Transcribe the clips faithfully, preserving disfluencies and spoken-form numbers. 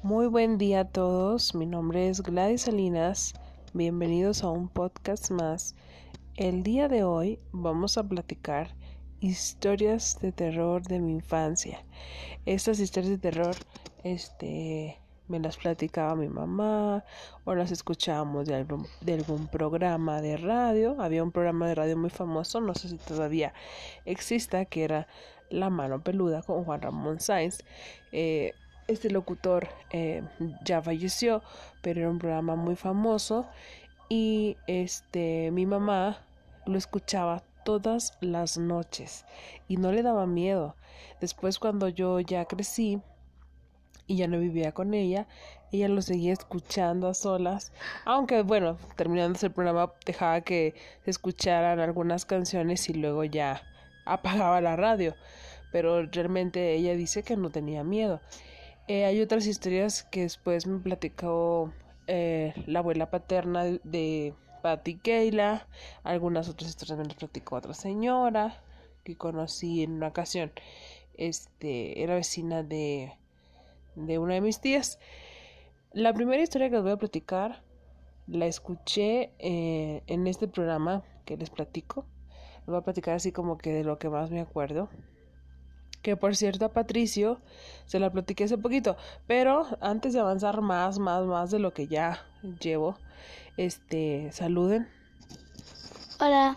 Muy buen día a todos, mi nombre es Gladys Salinas, bienvenidos a un podcast más. El día de hoy vamos a platicar historias de terror de mi infancia. Estas historias de terror, este, me las platicaba mi mamá o las escuchábamos de algún, de algún programa de radio. Había un programa de radio muy famoso, no sé si todavía exista, que era La Mano Peluda con Juan Ramón Sáenz. Eh, Este locutor eh, ya falleció, pero era un programa muy famoso y este mi mamá lo escuchaba todas las noches y no le daba miedo. Después, cuando yo ya crecí y ya no vivía con ella, ella lo seguía escuchando a solas, aunque bueno, terminándose el programa dejaba que se escucharan algunas canciones y luego ya apagaba la radio, pero realmente ella dice que no tenía miedo. Eh, hay otras historias que después me platicó eh, la abuela paterna de, de Patty Keila. Algunas otras historias me las platicó otra señora que conocí en una ocasión. Este, era vecina de, de una de mis tías. La primera historia que les voy a platicar la escuché eh, en este programa que les platico. Les voy a platicar así como que de lo que más me acuerdo. Que por cierto a Patricio se la platiqué hace poquito, pero antes de avanzar más, más, más de lo que ya llevo, este, saluden. Hola.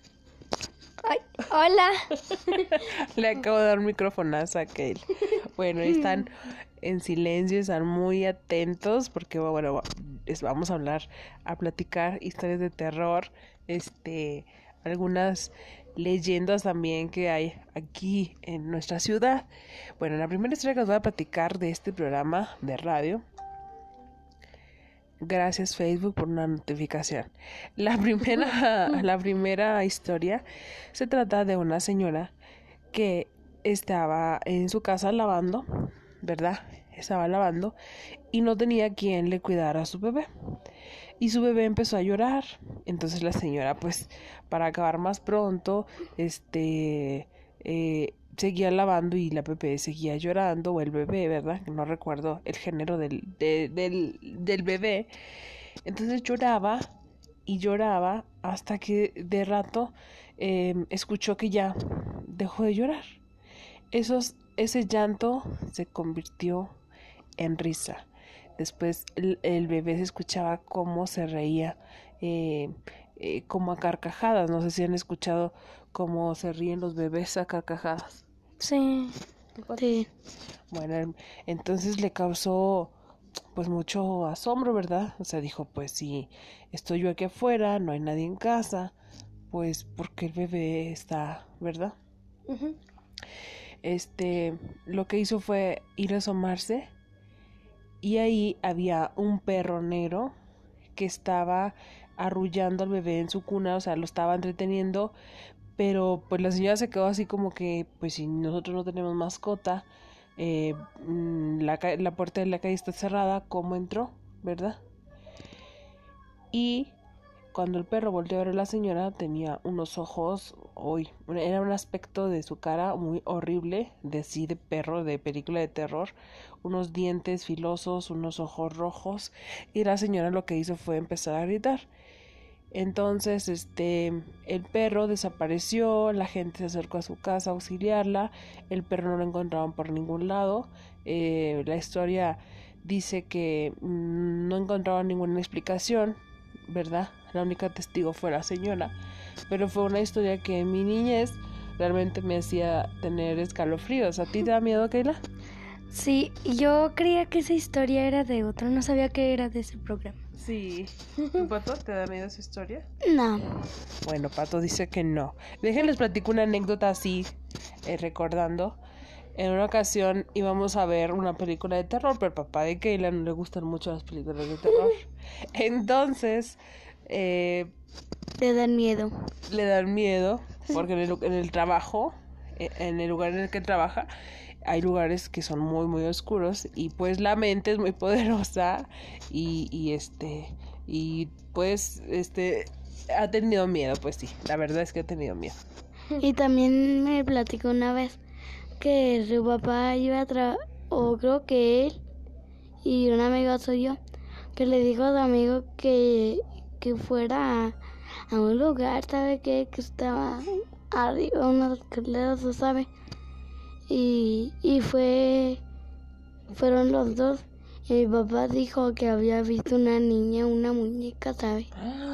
Ay, hola. Le acabo de dar un microfonazo a Kale. Bueno, están en silencio, están muy atentos porque, bueno, vamos a hablar, a platicar historias de terror, este, algunas leyendas también que hay aquí en nuestra ciudad. Bueno, la primera historia que os voy a platicar de este programa de radio. Gracias Facebook por una notificación. La primera, la primera historia se trata de una señora que estaba en su casa lavando, ¿verdad? Estaba lavando y no tenía quien le cuidara a su bebé. Y su bebé empezó a llorar. Entonces la señora, pues, para acabar más pronto, este, eh, seguía lavando y la bebé seguía llorando, o el bebé, ¿verdad? No recuerdo el género del, de, del, del bebé. Entonces lloraba y lloraba hasta que de rato eh, escuchó que ya dejó de llorar. Esos, ese llanto se convirtió en risa. Después el, el bebé se escuchaba cómo se reía, eh, eh, como a carcajadas. No sé si han escuchado cómo se ríen los bebés a carcajadas. Sí. Sí. Bueno, entonces le causó pues mucho asombro, ¿verdad? O sea, dijo, pues si estoy yo aquí afuera, no hay nadie en casa, pues porque el bebé está, ¿verdad? Uh-huh. Este, lo que hizo fue ir a asomarse. Y ahí había un perro negro que estaba arrullando al bebé en su cuna, o sea, lo estaba entreteniendo, pero pues la señora se quedó así como que, pues si nosotros no tenemos mascota, eh, la, la puerta de la calle está cerrada, ¿cómo entró? ¿Verdad? Y cuando el perro volteó a ver a la señora, tenía unos ojos, uy, era un aspecto de su cara muy horrible, de sí, de perro, de película de terror, unos dientes filosos, unos ojos rojos, y la señora lo que hizo fue empezar a gritar. Entonces, este, el perro desapareció, la gente se acercó a su casa a auxiliarla, el perro no lo encontraban por ningún lado, eh, la historia dice que mmm, no encontraban ninguna explicación, ¿verdad? La única testigo fue la señora, pero fue una historia que en mi niñez realmente me hacía tener escalofríos. ¿A ti te da miedo, Keila? Sí, yo creía que esa historia era de otro, no sabía que era de ese programa. Sí. ¿Pato, te da miedo esa historia? No. Bueno, Pato dice que no. Déjenles platico una anécdota así, eh, recordando. En una ocasión íbamos a ver una película de terror, pero al papá de Keila no le gustan mucho las películas de terror. Entonces, eh, le dan miedo. Le dan miedo, porque en el, en el trabajo, en el lugar en el que trabaja, hay lugares que son muy, muy oscuros, y pues la mente es muy poderosa, y, y este, y pues, este, ha tenido miedo, pues sí, la verdad es que ha tenido miedo. Y también me platicó una vez que su papá iba a trabajar, o creo que él y un amigo suyo que le dijo a su amigo que, que fuera a, a un lugar, ¿sabe qué? Que estaba arriba, unas escaleras, ¿sabe? Y, y fue, fueron los dos. Y mi papá dijo que había visto una niña, una muñeca, ¿sabe?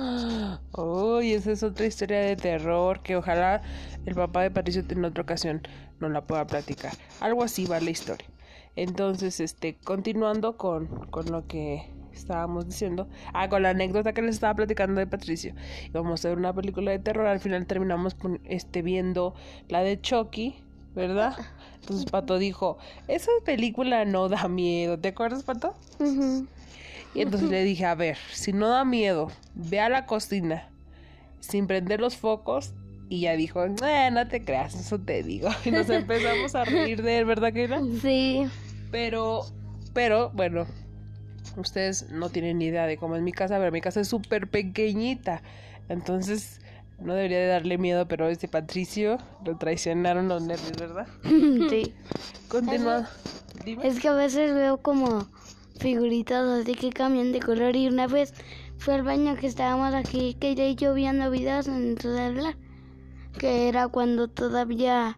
Uy, esa es otra historia de terror que ojalá el papá de Patricio en otra ocasión nos la pueda platicar. Algo así va la historia. Entonces, este, continuando con, con lo que estábamos diciendo, ah, con la anécdota que les estaba platicando de Patricio. Íbamos a ver una película de terror, al final terminamos este, viendo la de Chucky, ¿verdad? Entonces Pato dijo, esa película no da miedo, ¿te acuerdas, Pato? Uh-huh. Y entonces le dije, a ver, si no da miedo, ve a la cocina sin prender los focos. Y ya dijo, eh, no te creas, eso te digo. Y nos empezamos a reír de él, ¿verdad, Keila? Sí. Pero, pero, bueno, ustedes no tienen ni idea de cómo es mi casa, pero mi casa es súper pequeñita. Entonces, no debería de darle miedo, pero este Patricio lo traicionaron los nervios, ¿verdad? Sí. Continúa. Dime. Es que a veces veo como figuritas así que cambian de color. Y una vez fue al baño que estábamos aquí, que ya yo viendo videos en tu celular, que era cuando todavía,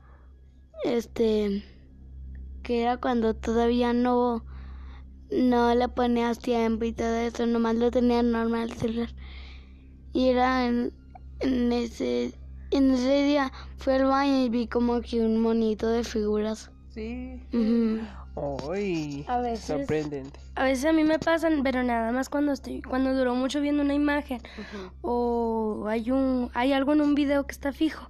este, que era cuando todavía no, no le ponías tiempo y todo eso, nomás lo tenía normal el celular. Y era en, en ese, en ese día fui al baño y vi como que un monito de figuras. Sí. Uh-huh. Uy, A veces, sorprendente. A veces a mí me pasan, pero nada más cuando estoy, cuando duró mucho viendo una imagen, uh-huh, o hay un, hay algo en un video que está fijo.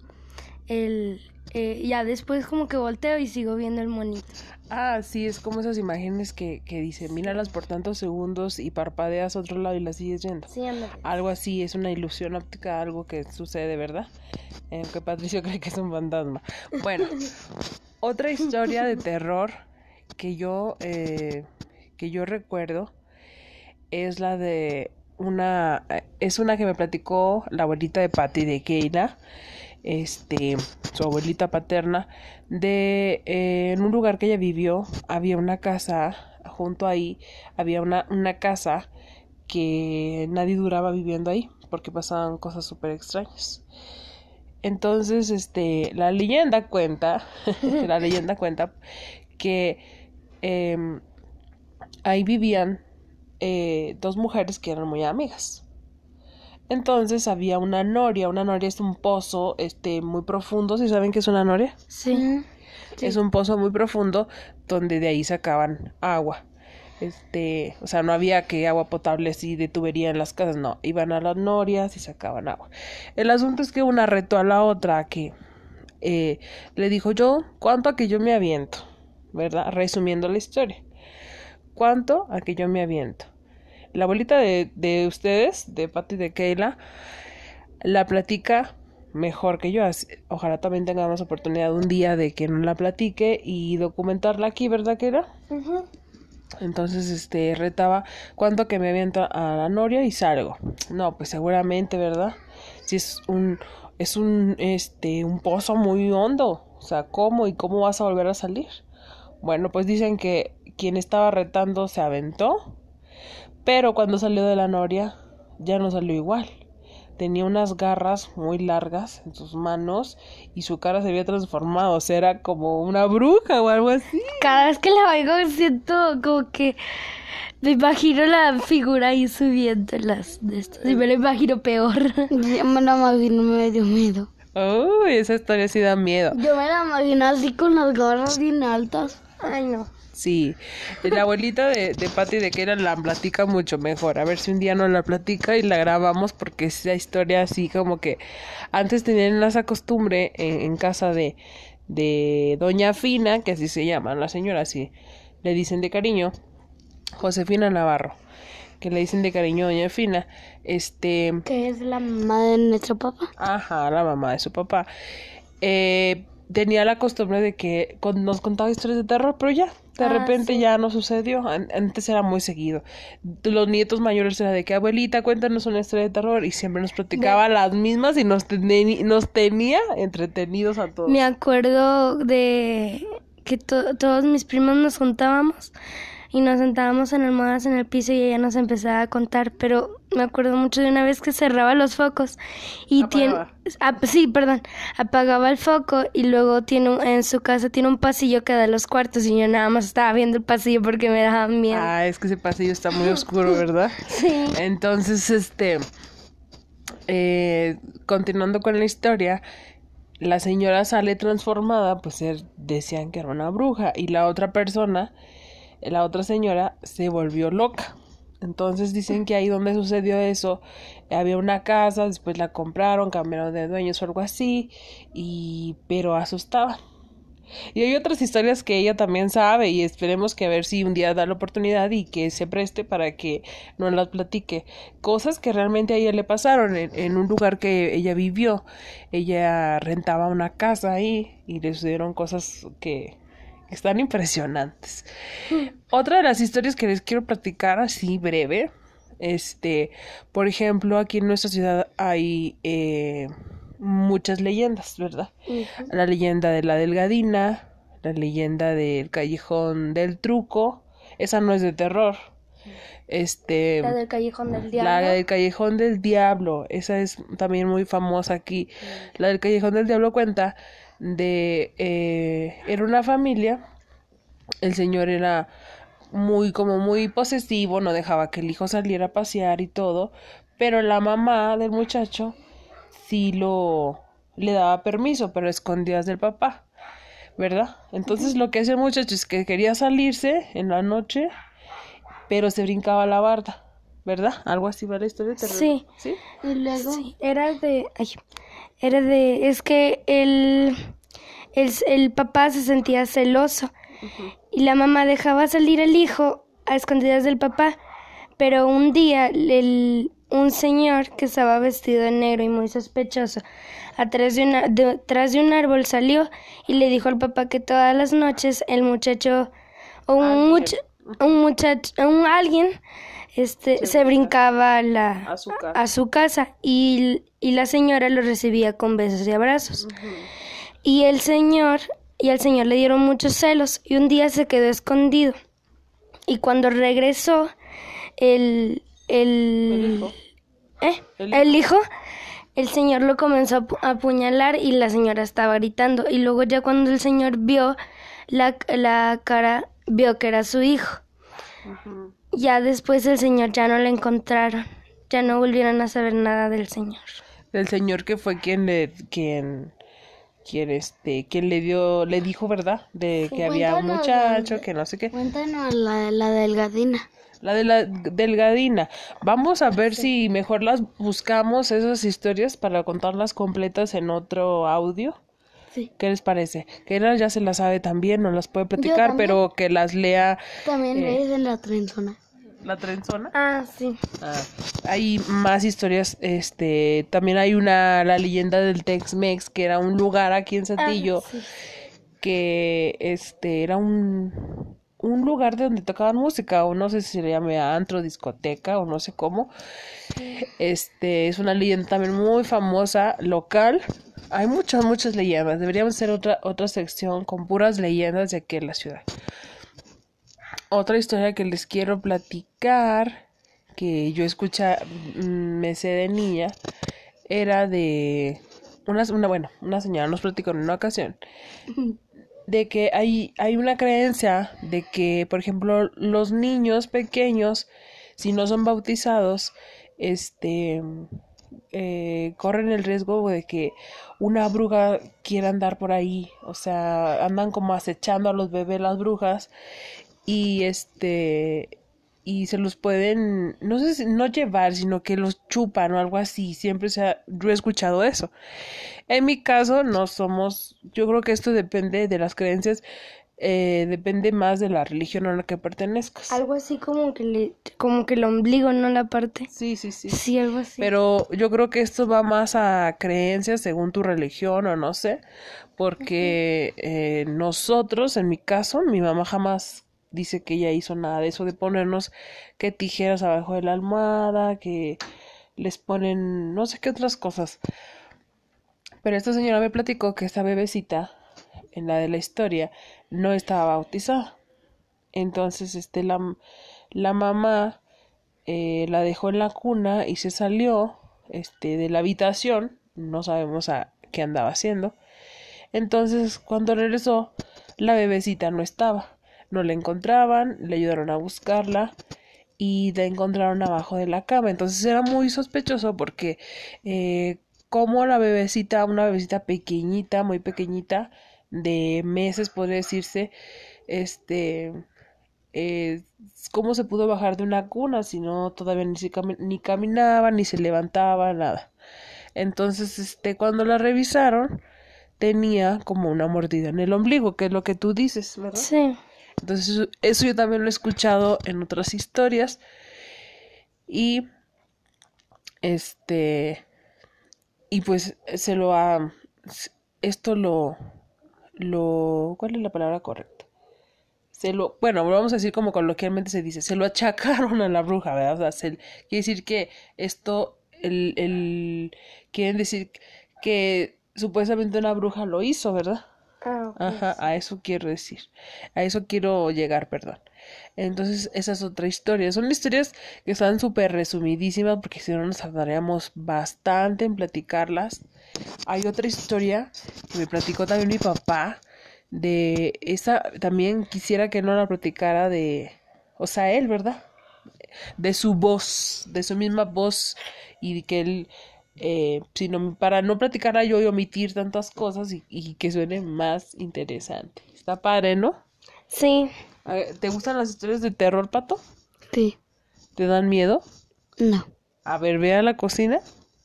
El, eh, ya después como que volteo y sigo viendo el monito. Ah, sí, es como esas imágenes que, que dicen, míralas por tantos segundos y parpadeas a otro lado y las sigues viendo. Sí, anda. Algo así, es una ilusión óptica, algo que sucede, ¿verdad? Aunque eh, Patricio cree que es un fantasma. Bueno, otra historia de terror que yo, eh, que yo recuerdo es la de una, es una que me platicó la abuelita de Patty, de Keila, este, su abuelita paterna, de eh, en un lugar que ella vivió, había una casa, junto ahí, había una, una casa que nadie duraba viviendo ahí, porque pasaban cosas súper extrañas. Entonces, este, la leyenda cuenta, la leyenda cuenta que eh, ahí vivían eh, dos mujeres que eran muy amigas. Entonces había una noria, una noria es un pozo este muy profundo, ¿sí saben qué es una noria? Sí. sí. Es un pozo muy profundo donde de ahí sacaban agua. Este, o sea, no había que agua potable así de tubería en las casas, no, iban a las norias y sacaban agua. El asunto es que una retó a la otra a que eh, le dijo yo, ¿cuánto a que yo me aviento? ¿Verdad? Resumiendo la historia. ¿Cuánto a que yo me aviento? La abuelita de, de ustedes, de Patty y de Keila, la platica mejor que yo. Ojalá también tengamos oportunidad un día de que nos la platique y documentarla aquí, ¿verdad, Keila? Uh-huh. Entonces, este, retaba cuánto que me aviento a la noria y salgo. No, pues seguramente, ¿verdad? Si es un, es un, este, un pozo muy hondo. O sea, ¿cómo y cómo vas a volver a salir? Bueno, pues dicen que quien estaba retando se aventó, pero cuando salió de la noria ya no salió igual. Tenía unas garras muy largas en sus manos y su cara se había transformado, o sea, era como una bruja o algo así. Cada vez que la oigo siento como que me imagino la figura ahí subiendo las de estas y me la imagino peor. Yo me la imagino, me dio miedo. Uy, esa historia sí da miedo. Yo me la imagino así con las garras bien altas. Ay, no. Sí, la abuelita de, de Patty de Keila la platica mucho mejor. A ver si un día nos la platica y la grabamos porque esa historia así como que antes tenían esa costumbre en, en casa de, de Doña Fina, que así se llama, la señora así, le dicen de cariño, Josefina Navarro, que le dicen de cariño Doña Fina, este... ¿Que es la mamá de nuestro papá? Ajá, la mamá de su papá. Eh... Tenía la costumbre de que nos contaba historias de terror, pero ya, de ah, repente sí. ya no sucedió. Antes era muy seguido. Los nietos mayores era de que, abuelita, cuéntanos una historia de terror. Y siempre nos platicaba de... las mismas y nos, ten- nos tenía entretenidos a todos. Me acuerdo de que to- todos mis primos nos contábamos y nos sentábamos en almohadas en el piso y ella nos empezaba a contar, pero me acuerdo mucho de una vez que cerraba los focos y tiene, ah, sí, perdón, apagaba el foco y luego tiene un- en su casa tiene un pasillo que da a los cuartos y yo nada más estaba viendo el pasillo porque me daba miedo. Ah, es que ese pasillo está muy oscuro, ¿verdad? Sí. Entonces, este, eh, continuando con la historia, la señora sale transformada, pues er- decían que era una bruja y la otra persona, la otra señora, se volvió loca. Entonces dicen que ahí donde sucedió eso, había una casa, después la compraron, cambiaron de dueños o algo así, y pero asustaban. Y hay otras historias que ella también sabe y esperemos que a ver si un día da la oportunidad y que se preste para que nos las platique. Cosas que realmente a ella le pasaron en, en un lugar que ella vivió. Ella rentaba una casa ahí y le sucedieron cosas que están impresionantes. Otra de las historias que les quiero platicar así breve, este, por ejemplo, aquí en nuestra ciudad hay eh, muchas leyendas, ¿verdad? Ujú. La leyenda de la Delgadina, la leyenda del Callejón del Truco, esa no es de terror. Este, La del Callejón del Diablo. la del Callejón del Diablo, esa es también muy famosa aquí. La del Callejón del Diablo cuenta de, eh, era una familia, el señor era muy, como muy posesivo, no dejaba que el hijo saliera a pasear y todo, pero la mamá del muchacho sí lo le daba permiso, pero a escondidas del papá, ¿verdad? Entonces lo que hacía el muchacho es que quería salirse en la noche, pero se brincaba la barda, ¿verdad? Algo así va la historia. ¿Te Sí. ¿Sí? Y luego sí, era de, ay, era de, es que el, el, el papá se sentía celoso Uh-huh. y la mamá dejaba salir al hijo a escondidas del papá, pero un día el, un señor que estaba vestido de negro y muy sospechoso, atrás de, una, de, atrás de un árbol salió y le dijo al papá que todas las noches el muchacho o un, much, un muchacho, un alguien este se, se brincaba a, la, a, su casa. a su casa y, y la señora lo recibía con besos y abrazos. Uh-huh. Y el señor y al señor le dieron muchos celos y un día se quedó escondido. Y cuando regresó, el el, el hijo, ¿eh? el, hijo. el hijo, el señor lo comenzó a apuñalar y la señora estaba gritando. Y luego ya cuando el señor vio la, la cara, vio que era su hijo. Uh-huh. Ya después el señor ya no lo encontraron, ya no volvieron a saber nada del señor. Del señor que fue quien le, quien, quien este, quien le dio, le dijo, ¿verdad? De sí, que había un muchacho, de, que no sé qué. Cuéntanos la, la delgadina. La de la delgadina. Vamos a ver sí. si mejor las buscamos esas historias para contarlas completas en otro audio. Sí. ¿Qué les parece? Que ella ya se las sabe también, no las puede platicar, pero que las lea. También eh, es en la trenzona. ¿La trenzona? Ah, sí. Ah, hay más historias, este, también hay una, la leyenda del Tex-Mex, que era un lugar aquí en Saltillo, ah, sí. que, este, era un, un lugar de donde tocaban música, o no sé si se le llame antro, discoteca, o no sé cómo. Sí. Este, es una leyenda también muy famosa, local. Hay muchas, muchas leyendas. Deberíamos hacer otra, otra sección con puras leyendas de aquí en la ciudad. Otra historia que les quiero platicar, que yo escuché, me sé de niña, era de una, una, bueno, una señora nos platicó en una ocasión, de que hay, hay una creencia de que, por ejemplo, los niños pequeños, si no son bautizados, este... Eh, corren el riesgo de que una bruja quiera andar por ahí, o sea, andan como acechando a los bebés las brujas y este y se los pueden, no sé si no llevar, sino que los chupan o algo así, siempre se ha, yo he escuchado eso. En mi caso no somos, yo creo que esto depende de las creencias. Eh, depende más de la religión a la que pertenezcas. Algo así como que le, como que el ombligo, ¿no? La parte. Sí, sí, sí. Sí, algo así. Pero yo creo que esto va más a creencias según tu religión o no sé, porque uh-huh. eh, nosotros, en mi caso, mi mamá jamás dice que ella hizo nada de eso, de ponernos que tijeras abajo de la almohada, que les ponen no sé qué otras cosas. Pero esta señora me platicó que esta bebecita, en la de la historia, no estaba bautizada. Entonces, este, la, la mamá eh, la dejó en la cuna y se salió, este, de la habitación, no sabemos a qué andaba haciendo. Entonces, cuando regresó, la bebecita no estaba, no la encontraban, le ayudaron a buscarla y la encontraron abajo de la cama. Entonces era muy sospechoso porque eh, como la bebecita, una bebecita pequeñita, muy pequeñita, de meses podría decirse, este, eh, cómo se pudo bajar de una cuna si no todavía ni, se cami- ni caminaba, ni se levantaba, nada. Entonces, este, cuando la revisaron, tenía como una mordida en el ombligo, que es lo que tú dices, ¿verdad? Sí. Entonces, eso, eso yo también lo he escuchado en otras historias. Y este, y pues se lo ha, esto lo, lo, ¿cuál es la palabra correcta? Se lo, bueno, vamos a decir como coloquialmente se dice, se lo achacaron a la bruja, ¿verdad? O sea, se, quiere decir que esto, el, el, quieren decir que supuestamente una bruja lo hizo, ¿verdad? Ah, ok. Ajá, a eso quiero decir, a eso quiero llegar, perdón. Entonces, esa es otra historia. Son historias que están súper resumidísimas porque si no nos tardaríamos bastante en platicarlas. Hay otra historia que me platicó también mi papá de esa, también quisiera que no la platicara de, o sea, él, ¿verdad? De su voz, de su misma voz y que él, eh, sino para no platicarla yo y omitir tantas cosas y, y que suene más interesante. Está padre, ¿no? Sí. A ver, ¿te gustan las historias de terror, Pato? Sí. ¿Te dan miedo? No. A ver, ve a la cocina.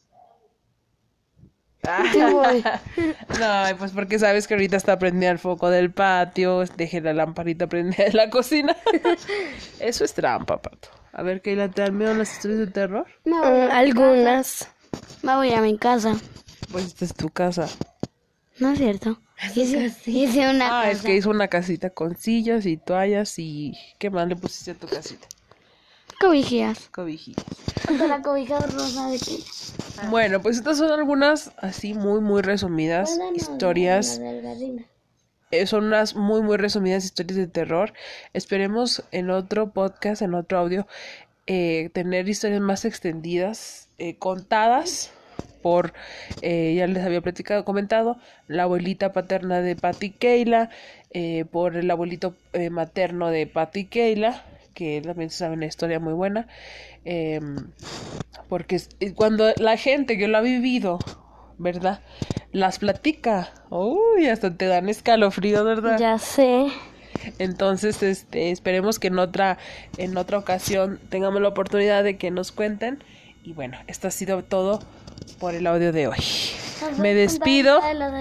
Yo voy. No, pues porque sabes que ahorita está prendida el foco del patio, dejé la lamparita prendida de la cocina. Eso es trampa, Pato. A ver, Keila, ¿te dan miedo las historias de terror? Me voy Mm, a mi casa. algunas. Me voy a mi casa. Pues esta es tu casa. No es cierto. Hice, hice una Ah, casa. es que hizo una casita con sillas y toallas y... ¿Qué más le pusiste a tu casita? Cobijas. Cobijillas. De la cobija rosa de que. Bueno, pues estas son algunas así muy, muy resumidas historias. Eh, son unas muy, muy resumidas historias de terror. Esperemos en otro podcast, en otro audio, eh, tener historias más extendidas, eh, contadas por, eh, ya les había platicado, comentado, la abuelita paterna de Patty Keila, eh, por el abuelito eh, materno de Patty Keila, que también se sabe una historia muy buena, eh, porque cuando la gente que lo ha vivido, ¿verdad? Las platica, uy, hasta te dan escalofrío, ¿verdad? Ya sé. Entonces, este, esperemos que en otra, en otra ocasión tengamos la oportunidad de que nos cuenten. Y bueno, esto ha sido todo por el audio de hoy. Me despido.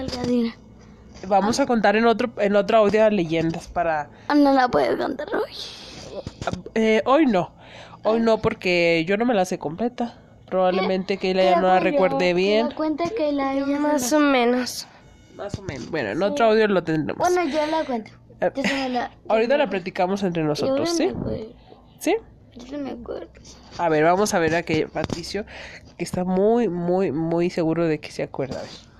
Vamos a contar en otro, en otro audio leyendas para. No la puedes contar hoy. Eh, hoy no, hoy no porque yo no me la sé completa. Probablemente que ella ya no la recuerde bien. Cuenta que la ella Más o menos. Más o menos. Bueno, en otro audio lo tendremos. Bueno, yo la cuento. Eh, Yo se me la. Ahorita la platicamos entre nosotros, Yo ¿sí? me acuerdo. ¿Sí? Yo se me acuerdo. A ver, vamos a ver a que Patricio, que está muy, muy, muy seguro de que se acuerda.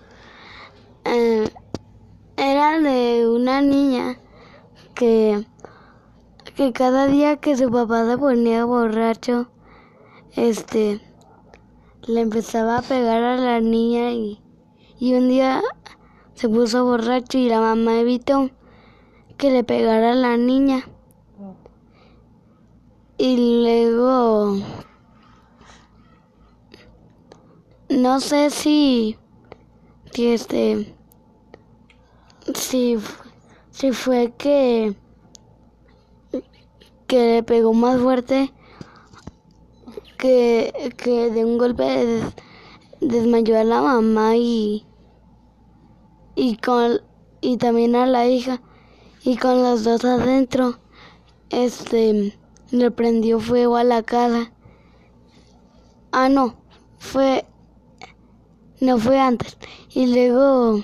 Eh, era de una niña que, que cada día que su papá se ponía borracho, este, le empezaba a pegar a la niña y, y un día se puso borracho y la mamá evitó que le pegara a la niña. Y luego, no sé si, si este, si, si fue que, que le pegó más fuerte, que, que de un golpe des, desmayó a la mamá y, y, con, y también a la hija, y con los dos adentro, este... le prendió fuego a la casa. Ah, no, fue, no fue antes. Y luego,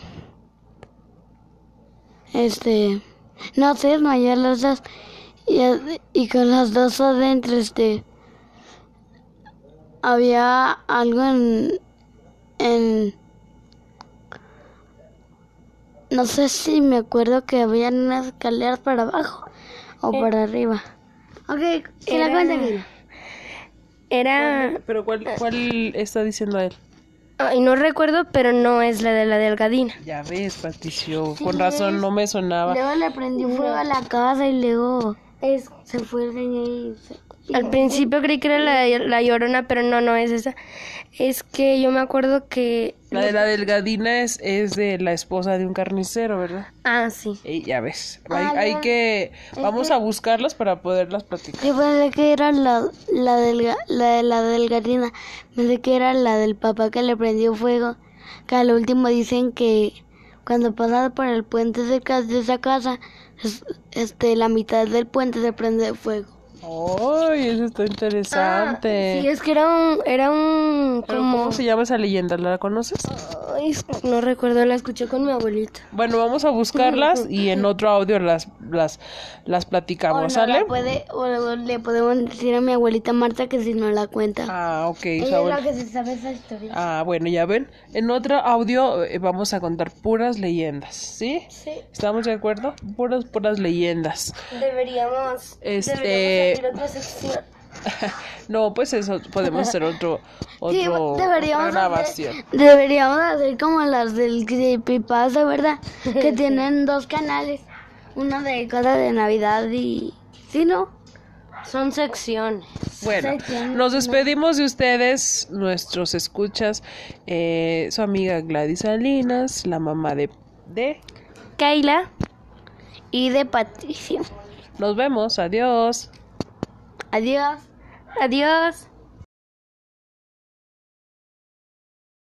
este, no sé, desmayó a los dos. Y, y con los dos adentro, este, había algo en, en, no sé si me acuerdo que había unas escaleras para abajo. o Eh. por arriba. Ok, que la Era- cuente Kayla. Era... Pero ¿cuál, cuál está diciendo él? Ay, no recuerdo, pero no es la de la delgadina. Ya ves, Patricio, con razón no me sonaba. Luego le prendió fuego a la casa y luego Es... se fue el señor y se... Al principio creí que era la, la Llorona, pero no, no es esa. Es que yo me acuerdo que... La de la delgadina es, es de la esposa de un carnicero, ¿verdad? Ah, sí. Y ya ves, Ah, hay, hay ya. que... Vamos a buscarlas para poderlas platicar. Yo pensé que era la, la, delga, la de la delgadina. Pensé que era la del papá que le prendió fuego. Que al último dicen que cuando pasas por el puente cerca de esa casa, es- este, la mitad del puente se prende fuego. ¡Ay, eso está interesante! Sí, es que era un... Era un... ¿Pero como... cómo se llama esa leyenda? ¿La conoces? Ay, es- no recuerdo, la escuché con mi abuelita. Bueno, vamos a buscarlas y en otro audio las, las, las O, platicamos, no ¿sale? la puede, o le podemos decir a mi abuelita Marta que si no la cuenta. Ah, ok. su Ella es abuel- la que se sabe esa historia. Ah, bueno, ya ven. En otro audio eh, vamos a contar puras leyendas, ¿sí? Sí. ¿Estamos de acuerdo? Puras, puras leyendas. Deberíamos... Este- Deberíamos abrir otra sección. No, pues eso podemos hacer otro, Sí, otro deberíamos otra grabación. hacer, deberíamos hacer como las del creepypasta, ¿verdad? Que tienen dos canales, uno de cosas de Navidad y... ¿Sí, no? Son secciones. Bueno, Sección. nos despedimos de ustedes, nuestros escuchas, eh, su amiga Gladys Salinas, la mamá de, de... Kayla. Y de Patricio. Nos vemos, adiós. Adiós. Adiós.